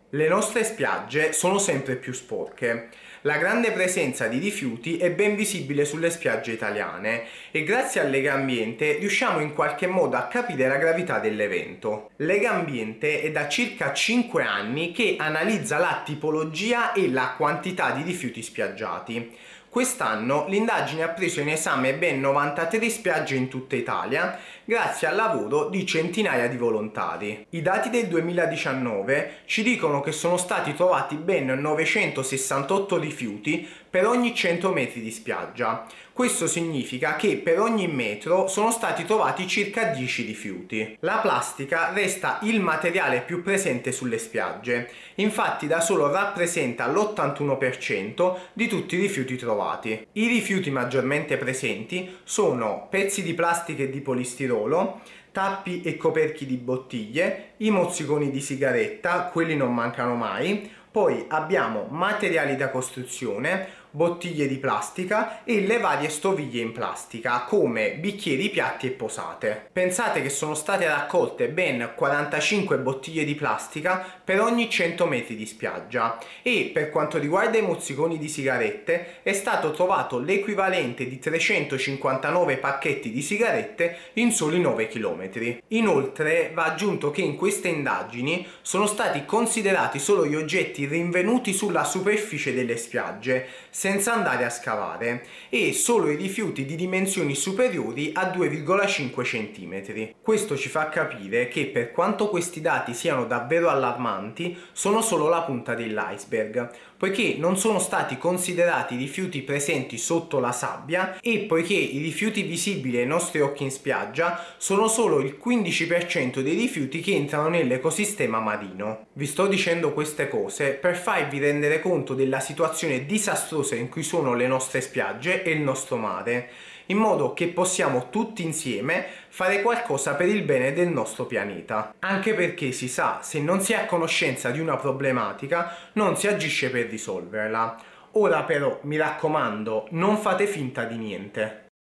Le nostre spiagge sono sempre più sporche. La grande presenza di rifiuti è ben visibile sulle spiagge italiane e grazie a Legambiente riusciamo in qualche modo a capire la gravità dell'evento. Legambiente è da circa 5 anni che analizza la tipologia e la quantità di rifiuti spiaggiati. Quest'anno l'indagine ha preso in esame ben 93 spiagge in tutta Italia grazie al lavoro di centinaia di volontari. I dati del 2019 ci dicono che sono stati trovati ben 968 rifiuti per ogni 100 metri di spiaggia. Questo significa che per ogni metro sono stati trovati circa 10 rifiuti. La plastica resta il materiale più presente sulle spiagge, infatti da solo rappresenta l'81% di tutti i rifiuti trovati. I rifiuti maggiormente presenti sono pezzi di plastica e di polistirolo, tappi e coperchi di bottiglie, i mozziconi di sigaretta, quelli non mancano mai, poi abbiamo materiali da costruzione, bottiglie di plastica e le varie stoviglie in plastica come bicchieri, piatti e posate. Pensate che sono state raccolte ben 45 bottiglie di plastica per ogni 100 metri di spiaggia e per quanto riguarda i mozziconi di sigarette è stato trovato l'equivalente di 359 pacchetti di sigarette in soli 9 km. Inoltre va aggiunto che in queste indagini sono stati considerati solo gli oggetti rinvenuti sulla superficie delle spiagge senza andare a scavare e solo i rifiuti di dimensioni superiori a 2,5 cm. Questo ci fa capire che per quanto questi dati siano davvero allarmanti, sono solo la punta dell'iceberg, poiché non sono stati considerati i rifiuti presenti sotto la sabbia e poiché i rifiuti visibili ai nostri occhi in spiaggia sono solo il 15% dei rifiuti che entrano nell'ecosistema marino. Vi sto dicendo queste cose per farvi rendere conto della situazione disastrosa in cui sono le nostre spiagge e il nostro mare, in modo che possiamo tutti insieme fare qualcosa per il bene del nostro pianeta. Anche perché si sa, se non si è a conoscenza di una problematica, non si agisce per risolverla. Ora però, mi raccomando, non fate finta di niente.